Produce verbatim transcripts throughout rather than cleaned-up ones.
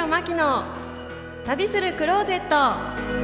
村真希の旅するクローゼット。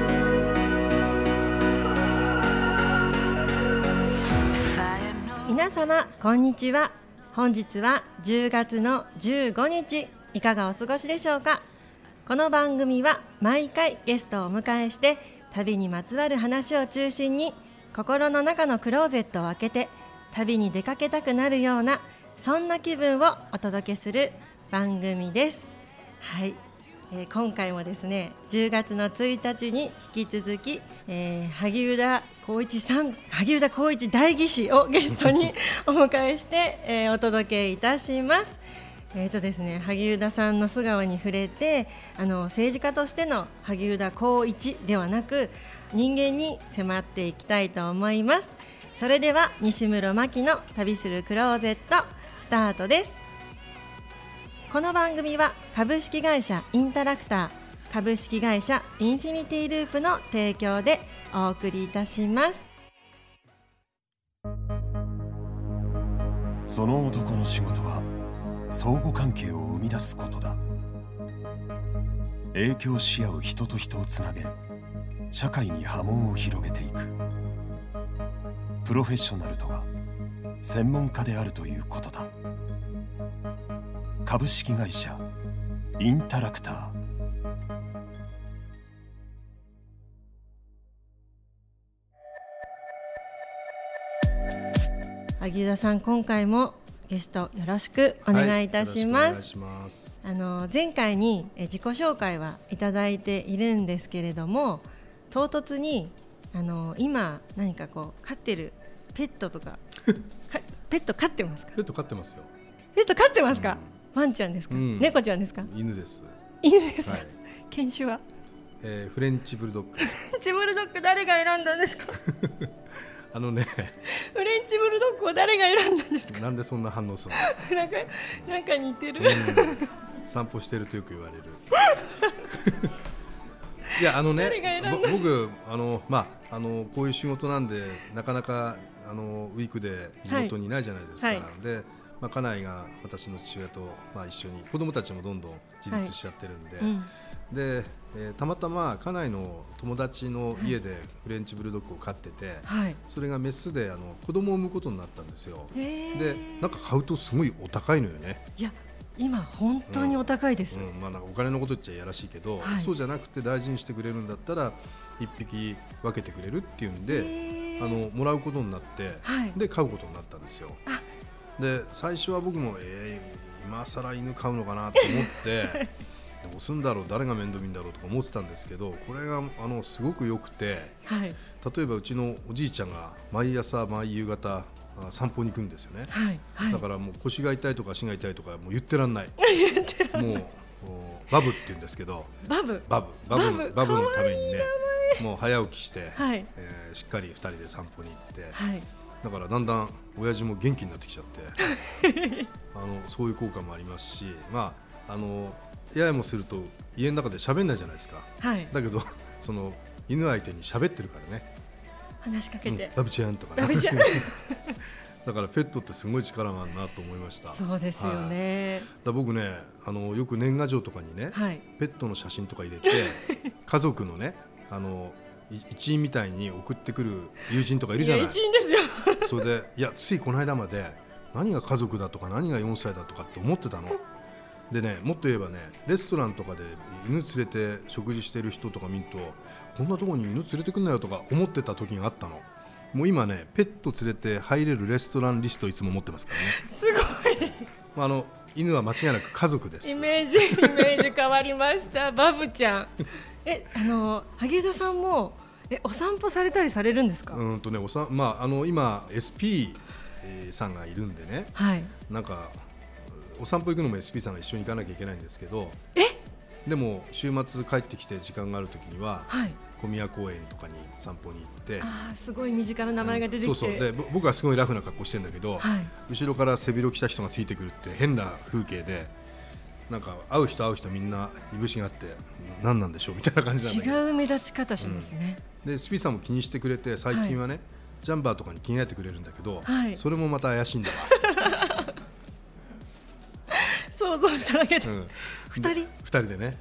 皆様こんにちは。本日はじゅうがつのじゅうごにち、いかがお過ごしでしょうか。この番組は毎回ゲストをお迎えして旅にまつわる話を中心に心の中のクローゼットを開けて旅に出かけたくなるような、そんな気分をお届けする番組です。はい、えー、今回もですねじゅうがつのついたちに引き続き、えー、萩生田光一さん萩生田光一代議士をゲストにお迎えして、えー、お届けいたします。えーとですね、萩生田さんの素顔に触れて、あの政治家としての萩生田光一ではなく人間に迫っていきたいと思います。それでは西室真希の旅するクローゼットスタートです。この番組は株式会社インタラクター、株式会社インフィニティループの提供でお送りいたします。 その男の仕事は相互関係を生み出すことだ。影響し合う人と人をつなげ、社会に波紋を広げていく。プロフェッショナルとは専門家であるということだ。株式会社インタラクター。 萩生田さん、今回もゲストよろしくお願いいたします。はい、よろしくお願いします。あの前回に自己紹介はいただいているんですけれども、唐突にあの今何かこう飼ってるペットとかペット飼ってますか？ ペット飼ってますよ。 ペット飼ってますか？うん、ワンちゃんですか？うん、猫ちゃんですか？ 犬です。 犬ですか？はい、犬種は、 えー、フレンチブルドッグ。フレンチブルドッグ誰が選んだんですか？ あのね、 フレンチブルドッグを誰が選んだんですか？ なんでそんな反応するの？なんかなんか似てる、 うん、散歩してるとよく言われる。いや、あのね、僕あの、まあ、あのこういう仕事なんでなかなかあのウィークで地元にいないじゃないですか。はいはい、で、まあ、家内が私の父親と、まあ、一緒に子供たちもどんどん自立しちゃってるんで、はい、うん、で、えー、たまたま家内の友達の家でフレンチブルドッグを飼ってて、はい、それがメスであの子供を産むことになったんですよ。で、なんか買うとすごいお高いのよね。 いや、今本当にお高いです。 うんうん、まあ、なんかお金のこと言っちゃいやらしいけど、はい、そうじゃなくて大事にしてくれるんだったら一匹分けてくれるっていうんで、あのもらうことになって、はい、で飼うことになったんですよ。で、最初は僕も、えー、今更犬飼うのかなと思ってどうすんだろう、誰が面倒見んだろうとか思ってたんですけど、これがあのすごく良くて、はい、例えばうちのおじいちゃんが毎朝毎夕方散歩に行くんですよね。はいはい、だからもう腰が痛いとか足が痛いとかもう言ってらんない。もうバブって言うんですけど、 バブバブバブの、バブのためにね、もう早起きして、はい、えー、しっかりふたりで散歩に行って、はい、だからだんだん親父も元気になってきちゃってあのそういう効果もありますし、まあ、あのややもすると家の中で喋んないじゃないですか。はい、だけどその犬相手に喋ってるからね、 話しかけて、うん、 バブちゃんとか、ね、 バブちゃんだからペットってすごい力があるなと思いました。 そうですよね。はい、 だ僕ね、あのよく年賀状とかにね、はい、ペットの写真とか入れて家族のね、あの一員みたいに送ってくる友人とかいるじゃない。いや、一員ですよ。それで、いや、ついこの間まで何が家族だとか何がよんさいだとかって思ってたの。でね、もっと言えばね、レストランとかで犬連れて食事してる人とか見ると、こんなところに犬連れてくんなよとか思ってた時があったの。もう今ね、ペット連れて入れるレストランリストいつも持ってますからね。すごい。 あの犬は間違いなく家族です。 イメージイメージ変わりました。バブちゃん。え、あの萩生田さんもえお散歩されたりされるんですか？ うんとね、おさ、まあ、あの今 エスピー さんがいるんでね、はい、なんかお散歩行くのも エスピー さんが一緒に行かなきゃいけないんですけど、 えでも週末帰ってきて時間があるときには、はい、小宮公園とかに散歩に行って、 あ、すごい身近な名前が出てきて、うん、 そうそう、で僕はすごいラフな格好してるんだけど、はい、後ろから背広着た人がついてくるって変な風景で、なんか会う人会う人みんないぶしがあって何なんでしょうみたいな感じなんだけど、 違う目立ち方しますね。 うん、で エスピー さんも気にしてくれて、最近はね、はい、ジャンバーとかに着替えてくれるんだけど、はい、それもまた怪しいんだわ。 想像しただけで、うん、ふたりふたりでね、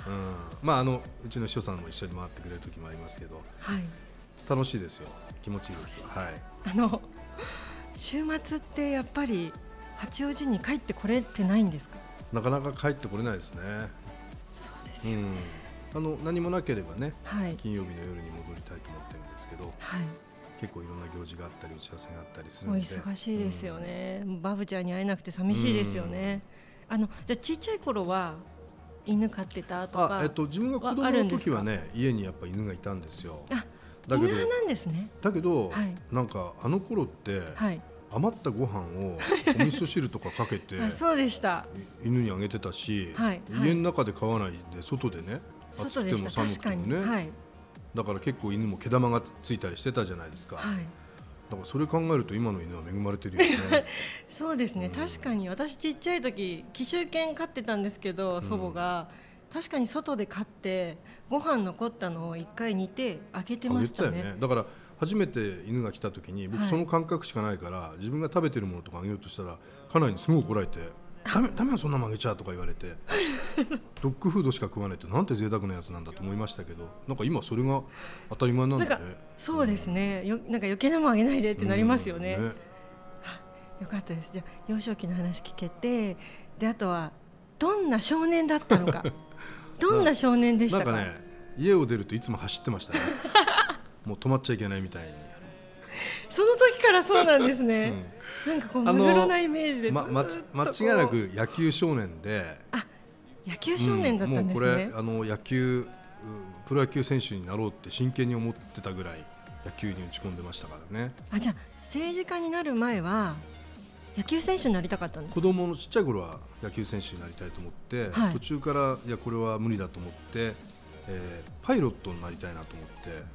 まあ、あのうちの師匠さんも一緒に回ってくれる時もありますけど、はい、楽しいですよ。気持ちいいですよ。はい、 あの週末ってやっぱり八王子に帰ってこれてないんですか？ なかなか帰ってこれないですね。 そうですよね、 うん、あの何もなければね、 はい、 金曜日の夜に戻りたいと思ってるんですけど、はい、結構いろんな行事があったり打ち合わせがあったりするので、 お忙しいですよね、うん、バブちゃんに会えなくて寂しいですよね、うん、あのじゃあちっちゃい頃は犬飼ってたとか、 あ、えっと、自分が子供の時はね家にやっぱ犬がいたんですよ。 あ、だけど犬派なんですね。 だけど、はい、なんかあの頃って、はい、余ったご飯をお味噌汁とかかけてそうでした犬にあげてたし、はいはい、家の中で飼わないで外でね、暑くても寒くてもね、はい、だから結構犬も毛玉がついたりしてたじゃないですか、はい、だからそれ考えると今の犬は恵まれてるよねそうですね、うん、確かに私ちっちゃい時紀州犬飼ってたんですけど、祖母が、うん、確かに外で飼ってご飯残ったのを一回煮てあげてましたね。 あげてたよね。だから初めて犬が来た時に僕その感覚しかないから、はい、自分が食べてるものとかあげようとしたら家内にすごい怒られてダメ、ダメよそんなのあげちゃうとか言われてドッグフードしか食わないってなんて贅沢なやつなんだと思いましたけど、なんか今それが当たり前なんだね。 なんかそうですね、うん、よなんか余計なもんあげないでってなりますよね、うん、ね。よかったです。じゃあ幼少期の話聞けて、であとはどんな少年だったのかどんな少年でしたか？ なんかね、家を出るといつも走ってましたねもう止まっちゃいけないみたいに。 その時からそうなんですね、うん、なんかこうマグロなイメージでずっとこう、 ま、間違いなく野球少年で、 あ、野球少年だったんですね、 うん、もうこれあの野球プロ野球選手になろうって真剣に思ってたぐらい野球に打ち込んでましたからね。 あ、じゃあ政治家になる前は野球選手になりたかったんですか？ 子供のちっちゃい頃は野球選手になりたいと思って、はい、途中からいやこれは無理だと思って、えー、パイロットになりたいなと思って。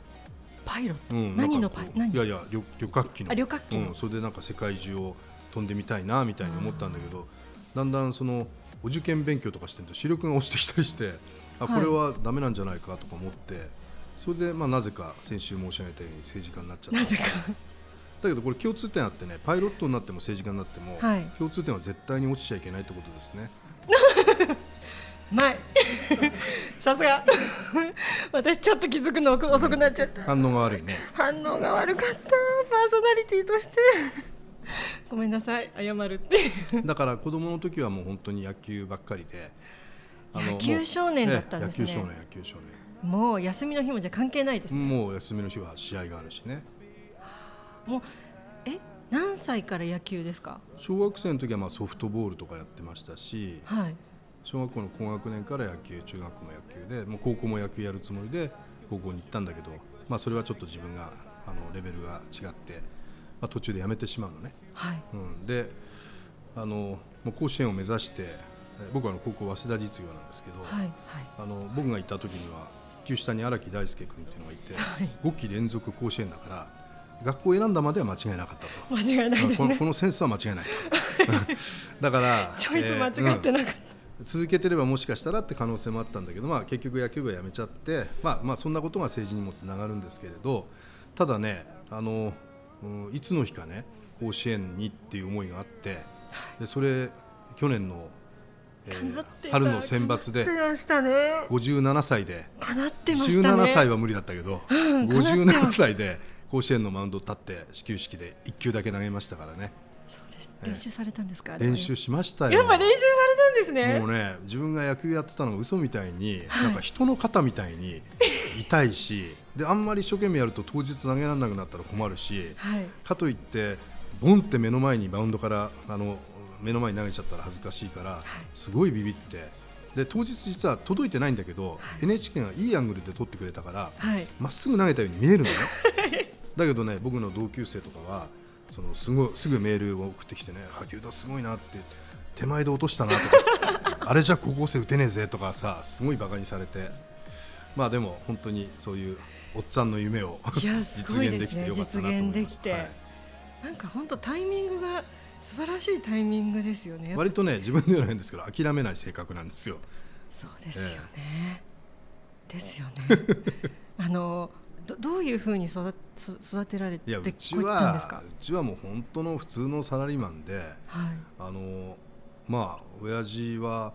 パイロット、うん、何のパイ何いやいや 旅, 旅客機の、 あ、旅客機の、 うん、それでなんか世界中を飛んでみたいなみたいに思ったんだけど、だんだんそのお受験勉強とかしてると視力が落ちてきたりして、あ、これはダメなんじゃないかとか思って、はい、それでまあなぜか先週申し上げたように政治家になっちゃった。 なぜかだけどこれ共通点あってね、パイロットになっても政治家になっても、はい、共通点は絶対に落ちちゃいけないってことですね前さすが私ちょっと気づくの遅くなっちゃった、 反応が悪いね。 反応が悪かった、パーソナリティとしてごめんなさい、謝るってだから子供の時はもう本当に野球ばっかりで、 あの野球少年だったんですね。 野球少年、野球少年、 もう休みの日もじゃ関係ないですね。 もう休みの日は試合があるしね。 もうえ何歳から野球ですか？ 小学生の時はまあソフトボールとかやってましたし、はい、小学校の高学年から野球、中学校も野球で、もう高校も野球やるつもりで高校に行ったんだけど、まあ、それはちょっと自分があのレベルが違って、まあ、途中でやめてしまうのね、はい、うん、であのもう甲子園を目指して、僕はあの高校早稲田実業なんですけど、はいはい、あの僕が行った時には一級下に荒木大輔君っていうのがいて、はい、ごき連続甲子園だから学校を選んだまでは間違いなかったと。 間違いないですね。 この、このセンスは間違いないとだからチョイス間違ってなかった、えーうん、続けてればもしかしたらって可能性もあったんだけど、まあ、結局野球部はやめちゃって、まあまあ、そんなことが政治にもつながるんですけれど、ただね、あの、うん、いつの日かね甲子園にっていう思いがあって、でそれ去年の、えー、春の選抜でごじゅうななさいで、じゅうななさいは無理だったけど、うん、ごじゅうななさいで甲子園のマウンド立って始球式でいっきゅうだけ投げましたからね。 そうです、練習されたんですか？ 練習しましたよ。 やっぱ練習されたんですね。 もうね、自分が野球やってたのが嘘みたいに、はい、なんか人の肩みたいに痛いしであんまり一生懸命やると当日投げられなくなったら困るし、はい、かといってボンって目の前にマウンドからあの目の前に投げちゃったら恥ずかしいから、はい、すごいビビって、で当日実は届いてないんだけど、はい、エヌエイチケー がいいアングルで撮ってくれたからま、はい、っすぐ投げたように見えるのねだけどね、僕の同級生とかはそのすごすぐメールを送ってきてね、羽球だすごいなって、手前で落としたなとかあれじゃ高校生打てねえぜとかさ、すごいバカにされて、まあでも本当にそういうおっさんの夢を実現できてよかったなと思います。実現できて、はい、 なんか本当タイミングが素晴らしいタイミングですよね。 割とね、自分で言うのは変ですけど諦めない性格なんですよ。 そうですよね、えー、ですよねあのど, どういうふうに 育, 育てられてこういったんですか？ うちはもう本当の普通のサラリーマンで、はい、あのまあ親父は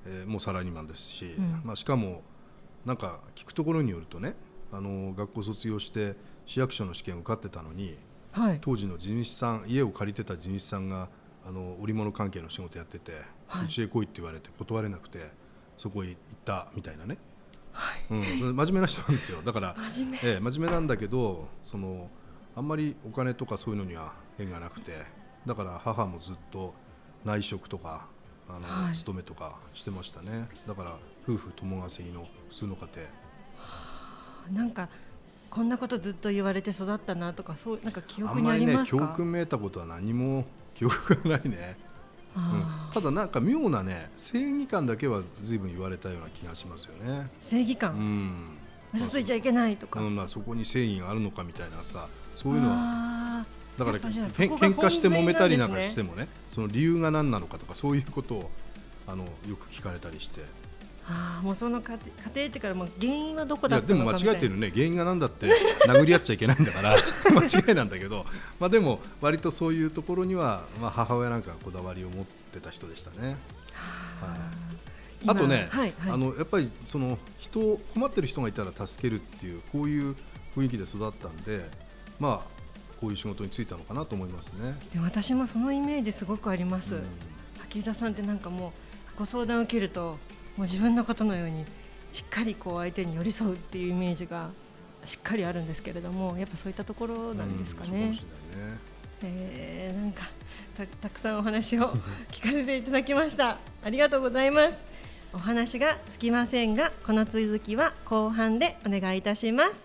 えー、もうサラリーマンですし、 うん、 まあ、しかもなんか聞くところによるとね、あの学校卒業して市役所の試験受かってたのに、はい、当時の地主さん、家を借りてた地主さんがあの織物関係の仕事やってて、はい、うちへ来いって言われて断れなくてそこへ行ったみたいなね、はい、うん、それ真面目な人なんですよ。だから真面目、ええ、真面目なんだけど、そのあんまりお金とかそういうのには縁がなくて、だから母もずっと内職とかあの、はい、勤めとかしてましたね。だから夫婦共稼ぎの普通の家庭、はあ、なんかこんなことずっと言われて育ったなとか、そうなんか記憶にありますか？ あんまりね、教訓めいたことは何も記憶がないね、うん、ただなんか妙なね、正義感だけは随分言われたような気がしますよね。 正義感、うん、嘘ついちゃいけないとか、 うん、まあ、そこに正義があるのかみたいなさ、そういうのはだから喧嘩して揉めたりなんかしてもね、その理由が何なのかとか、そういうことをあのよく聞かれたりして、 あもうその家庭っていうから、もう原因はどこだったのかみたいな。 いやでも間違えてるね、原因が何だって殴り合っちゃいけないんだから間違いなんだけど、まあ、でも割とそういうところには、まあ、母親なんかこだわりを持ってた人でしたね。はあ、あとね、はいはい、あのやっぱりその人困ってる人がいたら助けるっていう、こういう雰囲気で育ったんで、まあこういう仕事に就いたのかなと思いますね。 で私もそのイメージすごくあります。秋田さんってなんかもうご相談を受けるともう自分のことのようにしっかりこう相手に寄り添うっていうイメージがしっかりあるんですけれども、やっぱそういったところなんですかね。うん、そうかもしれないね。えー、なんか た, たくさんお話を聞かせていただきましたありがとうございます。お話がつきませんが、この続きは後半でお願いいたします。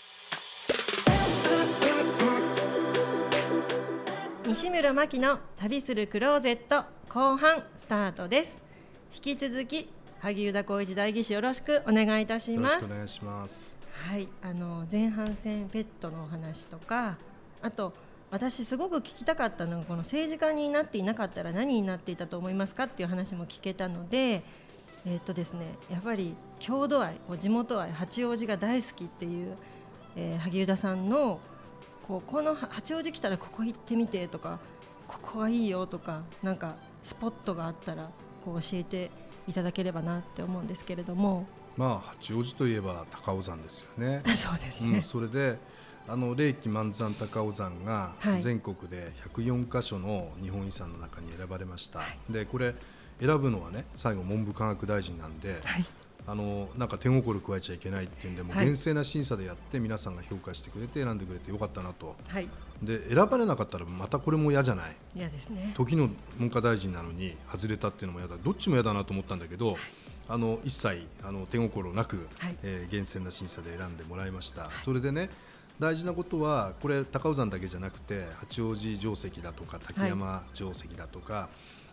西村真希の旅するクローゼット後半スタートです。引き続き萩生田光一代議士、よろしくお願いいたします。 よろしくお願いします。 はい、あの前半戦ペットのお話とか、あと私すごく聞きたかったのが、この政治家になっていなかったら何になっていたと思いますかっていう話も聞けたので、えーっとですね、やっぱり郷土愛、地元愛、八王子が大好きっていう、えー、萩生田さんのこうこの八王子来たらここ行ってみてとか、ここがいいよとか、なんかスポットがあったらこう教えていただければなって思うんですけれども。 まあ、八王子といえば高尾山ですよね。 そうですね、 うん、それであの霊気満山高尾山が全国でひゃくよんかしょの日本遺産の中に選ばれました、はい、でこれ選ぶのはね、最後文部科学大臣なんで、はい、あのなんか手心加えちゃいけないっていうんで、もう厳正な審査でやって皆さんが評価してくれて選んでくれてよかったなと、はい、で選ばれなかったらまたこれも嫌じゃない。 嫌ですね。 時の文科大臣なのに外れたっていうのも嫌だ、どっちも嫌だなと思ったんだけど、はい、あの一切あの手心なく、はい、えー、厳正な審査で選んでもらいました、はい、それでね、大事なことはこれ高尾山だけじゃなくて、八王子城跡だとか滝山城跡だとか、はい、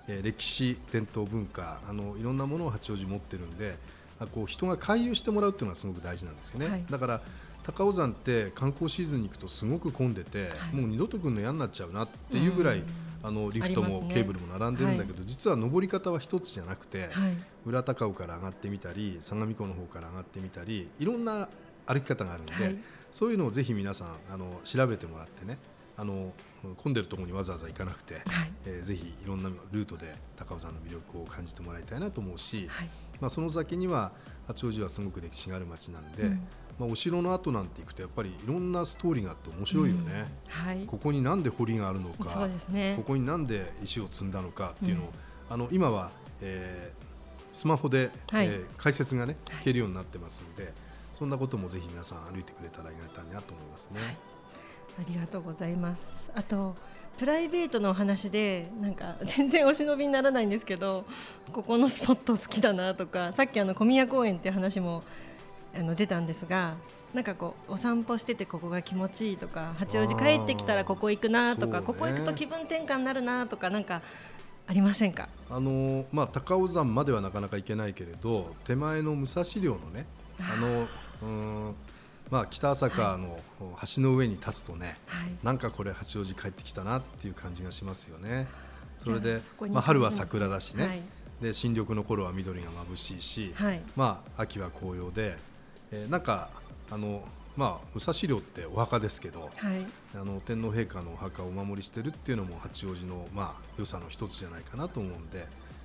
えー、歴史伝統文化、あのいろんなものを八王子持ってるんで、こう人が回遊してもらうっていうのがすごく大事なんですよね、はい、だから高尾山って観光シーズンに行くとすごく混んでて、はい、もう二度と来るの嫌になっちゃうなっていうぐらい、あのリフトもケーブルも並んでるんだけど、ね、実は登り方は一つじゃなくて、はい、裏高尾から上がってみたり相模湖の方から上がってみたり、いろんな歩き方があるんで、はい、そういうのをぜひ皆さんあの調べてもらってね、あの混んでるところにわざわざ行かなくて、はい、えー、ぜひいろんなルートで高尾山の魅力を感じてもらいたいなと思うし、はい、まあ、その先には八王子はすごく歴史がある町なんで、うん、まあ、お城の跡なんて行くとやっぱりいろんなストーリーがあって面白いよね、うん、はい、ここになんで堀があるのか、 そうですね、 ここになんで石を積んだのかっていうのを、うん、あの今は、えー、スマホで、はい、えー、解説がね聞けるようになってますので、はい、そんなこともぜひ皆さん歩いてくれたらありがたいなと思いますね、はい、 ありがとうございます。あとプライベートのお話で、なんか全然お忍びにならないんですけど、ここのスポット好きだなとか、さっきあの小宮公園っていう話もあの出たんですが、なんかこうお散歩しててここが気持ちいいとか、八王子帰ってきたらここ行くなとか、ここ行くと気分転換になるなとか、なんかありませんか？ あの、まあ、高尾山まではなかなか行けないけれど、手前の武蔵陵のね、あのうーんまあ、北朝霞の橋の上に立つとね、はい、なんかこれ八王子帰ってきたなっていう感じがしますよね。それでそまあ、春は桜だしね、はい、で新緑の頃は緑が眩しいし、はい、まあ、秋は紅葉で、えー、なんかあの、まあ、武蔵陵ってお墓ですけど、はい、あの天皇陛下のお墓をお守りしてるっていうのも八王子の、まあ、良さの一つじゃないかなと思うんで、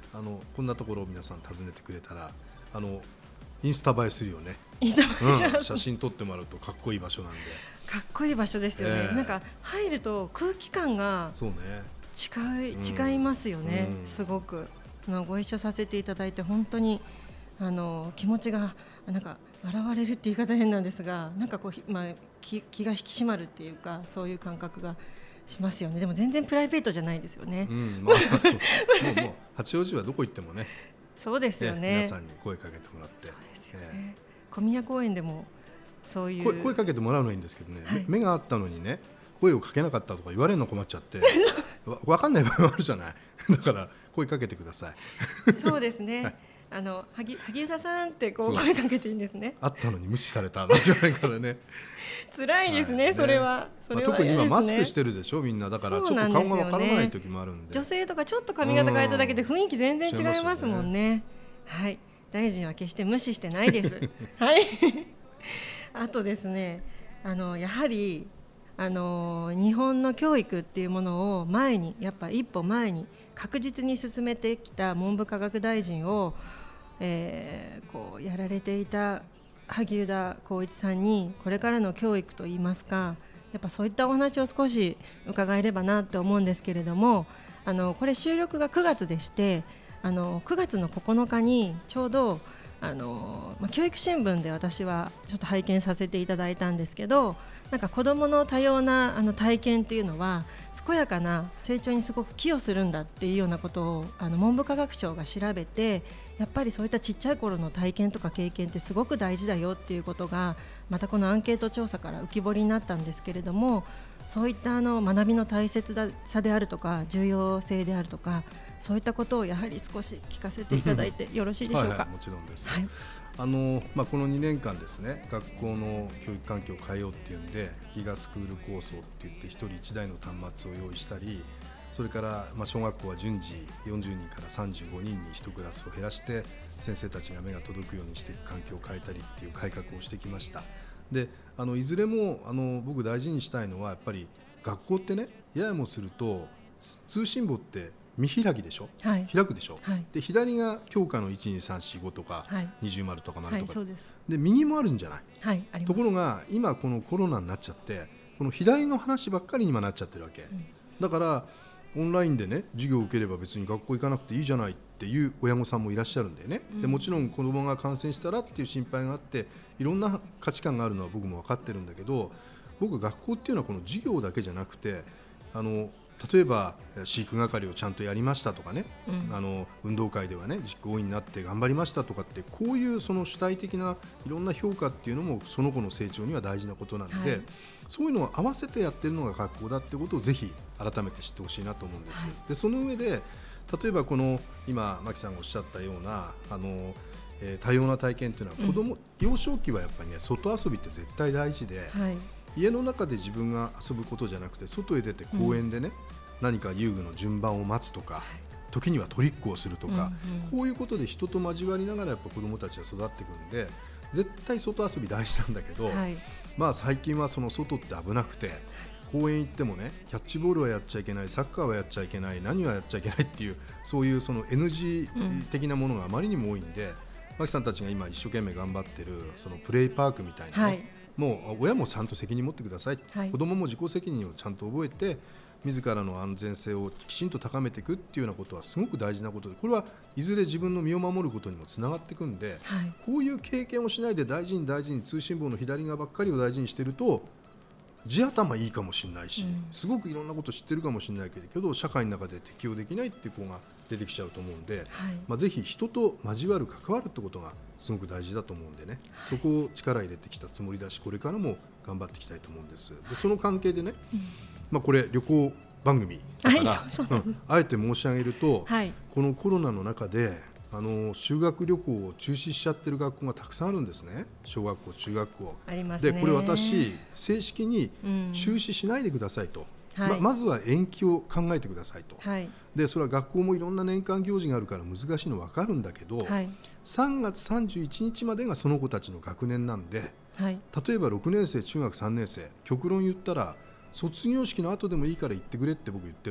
あのこんなところを皆さん訪ねてくれたらあのインスタ映えするよね。 インスタ映えします、 うん、写真撮ってもらうとかっこいい場所なんで。 かっこいい場所ですよね、 えー、 なんか入ると空気感がそうね近い、違いますよね、うん、すごくのご一緒させていただいて本当にあの気持ちがなんか洗われるって言い方変なんですが、なんかこう、まあ、気, 気が引き締まるっていうかそういう感覚がしますよね。でも全然プライベートじゃないですよね、 うんまあ、そうもうもう八王子はどこ行ってもねそうですよね、 皆さんに声かけてもらって。 そうですよね、えー、小宮公園でもそういう声, 声かけてもらうのはいいんですけどね、 はい、 目があったのにね声をかけなかったとか言われるの困っちゃって分かんない場合もあるじゃないだから声かけてください。 そうですね、はい、あの萩生田さんってこう声かけていいんですね。 あったのに無視されたなんじゃないからね辛いですね、はい、それは、それは、 まあ、特に今マスクしてるでしょみんな。だからちょっと顔が分からない時もあるんで、 女性とかちょっと髪型変えただけで雰囲気全然違いますもんね、ね、はい、大臣は決して無視してないですはいあとですね、あのやはりあの日本の教育っていうものを前にやっぱ一歩前に確実に進めてきた文部科学大臣を、えー、こうやられていた萩生田光一さんにこれからの教育といいますか、やっぱそういったお話を少し伺えればなと思うんですけれども、あのこれ収録がくがつでして、あのくがつのここのかにちょうどあの、まあ、教育新聞で私はちょっと拝見させていただいたんですけど、なんか子どもの多様なあの体験っていうのは健やかな成長にすごく寄与するんだっていうようなことをあの文部科学省が調べて、やっぱりそういったちっちゃい頃の体験とか経験ってすごく大事だよっていうことがまたこのアンケート調査から浮き彫りになったんですけれども、そういったあの学びの大切さであるとか重要性であるとか、そういったことをやはり少し聞かせていただいてよろしいでしょうか。 はいはい、もちろんです、 はい、 あのまあ、このにねんかんですね、学校の教育環境を変えようっていうんでギガスクール構想っていってひとりいちだいの端末を用意したり、それからまあ小学校は順次よんじゅうにんからさんじゅうごにんにいちクラスを減らして先生たちが目が届くようにしていく環境を変えたりっていう改革をしてきました。であのいずれもあの僕大事にしたいのはやっぱり学校ってね、ややもすると通信簿って見開きでしょ、はい、開くでしょ、はい、で左が教科のいちにさんしごとか、はい、にじゅう丸とか丸とか、はい、そうです。で右もあるんじゃない、はい、あります。ところが今このコロナになっちゃってこの左の話ばっかりに今なっちゃってるわけ、うん、だからオンラインでね授業を受ければ別に学校行かなくていいじゃないっていう親御さんもいらっしゃるんだよね、うん、でもちろん子供が感染したらっていう心配があっていろんな価値観があるのは僕も分かってるんだけど、僕学校っていうのはこの授業だけじゃなくて、あの例えば飼育係をちゃんとやりましたとかね、うん、あの運動会ではね実行委員になって頑張りましたとかって、こういうその主体的ないろんな評価っていうのもその子の成長には大事なことなんで、はい、そういうのを合わせてやってるのが学校だってことをぜひ改めて知ってほしいなと思うんです、はい、でその上で例えばこの今牧さんがおっしゃったようなあの、えー、多様な体験っていうのは子供、うん、幼少期はやっぱりね外遊びって絶対大事で、はい、家の中で自分が遊ぶことじゃなくて外へ出て公園でね、うん、何か遊具の順番を待つとか、時にはトリックをするとか、うんうん、こういうことで人と交わりながらやっぱ子どもたちは育っていくんで、絶対外遊び大事なんだけど、はい、まあ最近はその外って危なくて、公園行ってもねキャッチボールはやっちゃいけない、サッカーはやっちゃいけない、何はやっちゃいけないっていうそういうその エヌジー 的なものがあまりにも多いんで、うん、牧さんたちが今一生懸命頑張ってるそのプレイパークみたいなね、はい、もう親もちゃんと責任持ってください、はい、子どもも自己責任をちゃんと覚えて自らの安全性をきちんと高めていくっていうようなことはすごく大事なことで、これはいずれ自分の身を守ることにもつながっていくんで、はい、こういう経験をしないで大事に大事に通信簿の左側ばっかりを大事にしてると地頭いいかもしれないし、うん、すごくいろんなこと知ってるかもしれないけど社会の中で適応できないっていう子が出てきちゃうと思うんで、はい、まあ、ぜひ人と交わる関わるってことがすごく大事だと思うんでね、はい、そこを力入れてきたつもりだし、これからも頑張っていきたいと思うんです。でその関係でね、うん、まあ、これ旅行番組だから、はい、うん、あえて申し上げると、はい、このコロナの中であの修学旅行を中止しちゃってる学校がたくさんあるんですね。小学校中学校ありますね。 でこれ私正式に中止しないでくださいと、うん、ま, まずは延期を考えてくださいと、はい、でそれは学校もいろんな年間行事があるから難しいの分かるんだけど、はい、さんがつさんじゅういちにちまでがその子たちの学年なんで、はい、例えばろくねん生中学さんねん生極論言ったら卒業式の後でもいいから行ってくれって僕言ってるの。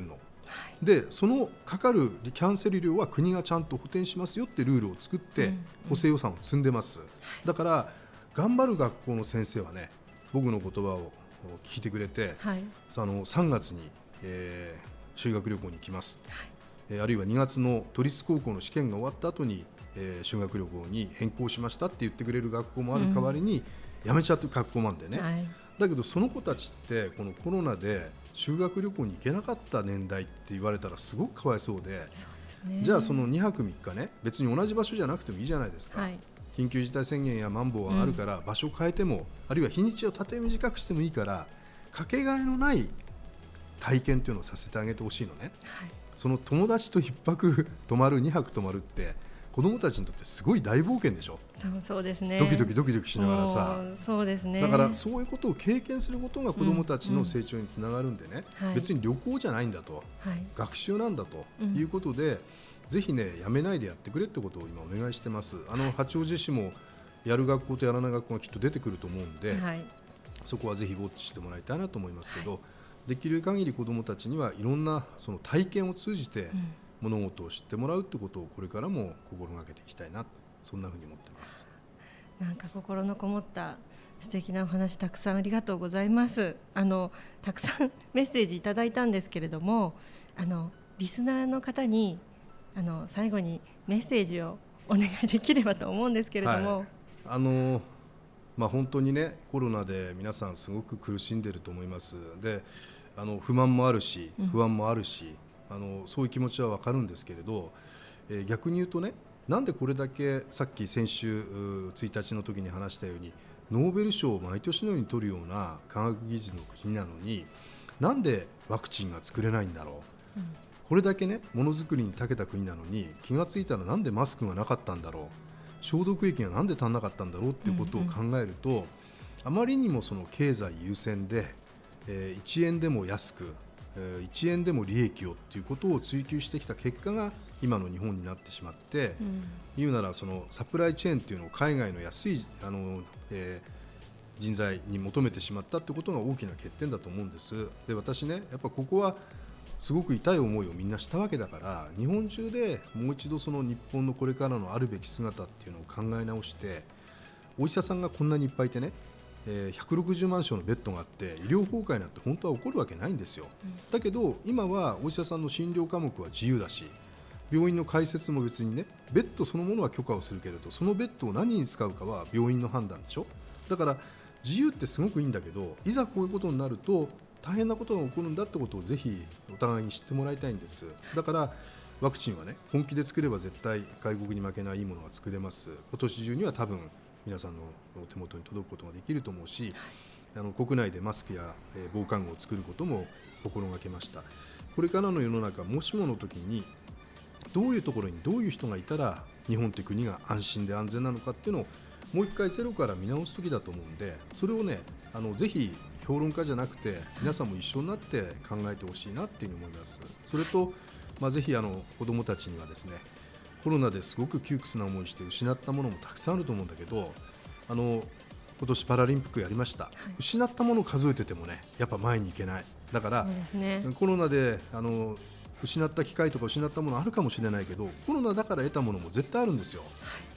でそのかかるキャンセル料は国がちゃんと補填しますよってルールを作って補正予算を積んでます、うんうん、だから頑張る学校の先生はね僕の言葉を聞いてくれて、はい、あのさんがつに、えー、修学旅行に来ます、はいえー、あるいはにがつの都立高校の試験が終わった後に、えー、修学旅行に変更しましたって言ってくれる学校もある代わりに、うん、やめちゃってる学校もあるんでね、はい、だけどその子たちってこのコロナで修学旅行に行けなかった年代って言われたらすごくかわいそうで、そうですね、じゃあそのにはくみっかね別に同じ場所じゃなくてもいいじゃないですか、はい、緊急事態宣言やマンボウがあるから場所を変えても、うん、あるいは日にちを縦短くしてもいいからかけがえのない体験というのをさせてあげてほしいのね、はい、その友達といっぱく泊まるにはく泊まるって子どもたちにとってすごい大冒険でしょ。 そうですね、 ドキドキドキドキしながらさ、 そうですね、 だからそういうことを経験することが子どもたちの成長につながるんでね、うんうん、別に旅行じゃないんだと、はい、学習なんだということで、うん、ぜひねやめないでやってくれってことを今お願いしてます。あの八王子市もやる学校とやらない学校がきっと出てくると思うんで、はい、そこはぜひウォッチしてもらいたいなと思いますけど、はい、できる限り子どもたちにはいろんなその体験を通じて物事を知ってもらうってことをこれからも心がけていきたいな、そんなふうに思ってます。 なんか心のこもった素敵なお話たくさんありがとうございます。あのたくさんメッセージいただいたんですけれども、あのリスナーの方にあの最後にメッセージをお願いできればと思うんですけれども、はい、あのまあ、本当にねコロナで皆さんすごく苦しんでいると思います。であの不満もあるし不安もあるし、うん、あのそういう気持ちは分かるんですけれど、えー、逆に言うとねなんでこれだけさっき先週ついたちの時に話したようにノーベル賞を毎年のように取るような科学技術の国なのになんでワクチンが作れないんだろう、うん、これだけねものづくりに長けた国なのに気がついたらなんでマスクがなかったんだろう、消毒液がなんで足んなかったんだろうっていうことを考えると、うんうん、あまりにもその経済優先で、えー、いちえんでも安く、えー、いちえんでも利益をっていうことを追求してきた結果が今の日本になってしまって、うん、言うならそのサプライチェーンっていうのを海外の安いあの、えー、人材に求めてしまったってことが大きな欠点だと思うんです。で私ねやっぱここはすごく痛い思いをみんなしたわけだから日本中でもう一度その日本のこれからのあるべき姿っていうのを考え直して、お医者さんがこんなにいっぱいいてね、えー、ひゃくろくじゅうまんしょうのベッドがあって医療崩壊なんて本当は起こるわけないんですよ、うん、だけど今はお医者さんの診療科目は自由だし病院の開設も別にねベッドそのものは許可をするけれどそのベッドを何に使うかは病院の判断でしょ。だから自由ってすごくいいんだけどいざこういうことになると大変なことが起こるんだってことをぜひお互いに知ってもらいたいんです。だからワクチンはね本気で作れば絶対外国に負けないいいものが作れます。今年中には多分皆さんの手元に届くことができると思うし、あの国内でマスクや防寒具を作ることも心がけました。これからの世の中もしもの時にどういうところにどういう人がいたら日本という国が安心で安全なのかっていうのをもう一回ゼロから見直す時だと思うんで、それをねあのぜひ評論家じゃなくて皆さんも一緒になって考えてほしいなっていうふうに思います。それと、まあ、ぜひあの子どもたちにはですねコロナですごく窮屈な思いして失ったものもたくさんあると思うんだけど、あの今年パラリンピックやりました、はい、失ったものを数えててもねやっぱ前に行けない。だから、そうですね、コロナであの失った機会とか失ったものあるかもしれないけどコロナだから得たものも絶対あるんですよ、はい、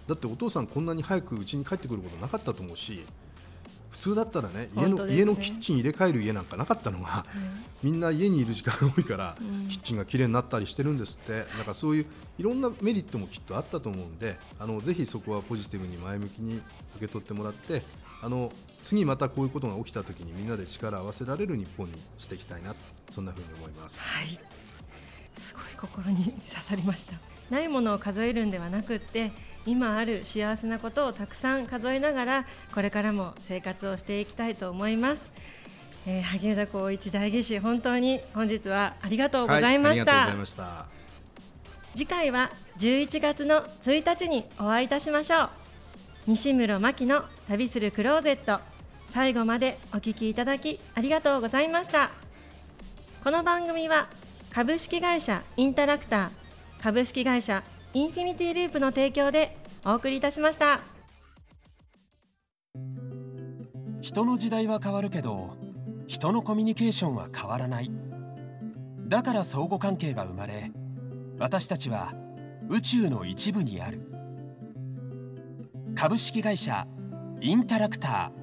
だってお父さんこんなに早く家に帰ってくることなかったと思うし、普通だったらね家の、ね、家のキッチン入れ替える家なんかなかったのが、はい、みんな家にいる時間が多いから、うん、キッチンがきれいになったりしてるんですって。なんかそういういろんなメリットもきっとあったと思うんで、あのぜひそこはポジティブに前向きに受け取ってもらって、あの次またこういうことが起きた時にみんなで力を合わせられる日本にしていきたいな、そんなふうに思います。 はい、すごい心に刺さりました。ないものを数えるんではなくって今ある幸せなことをたくさん数えながらこれからも生活をしていきたいと思います。えー、萩生田光一代議士、本当に本日はありがとうございました。 はい、ありがとうございました。 次回はじゅういちがつのついたちにお会いいたしましょう。西室真希の旅するクローゼット、最後までお聞きいただきありがとうございました。この番組は株式会社インタラクター、株式会社インフィニティループの提供でお送りいたしました。 人の時代は変わるけど人のコミュニケーションは変わらない。 だから相互関係が生まれ、私たちは宇宙の一部にある。株式会社インタラクター。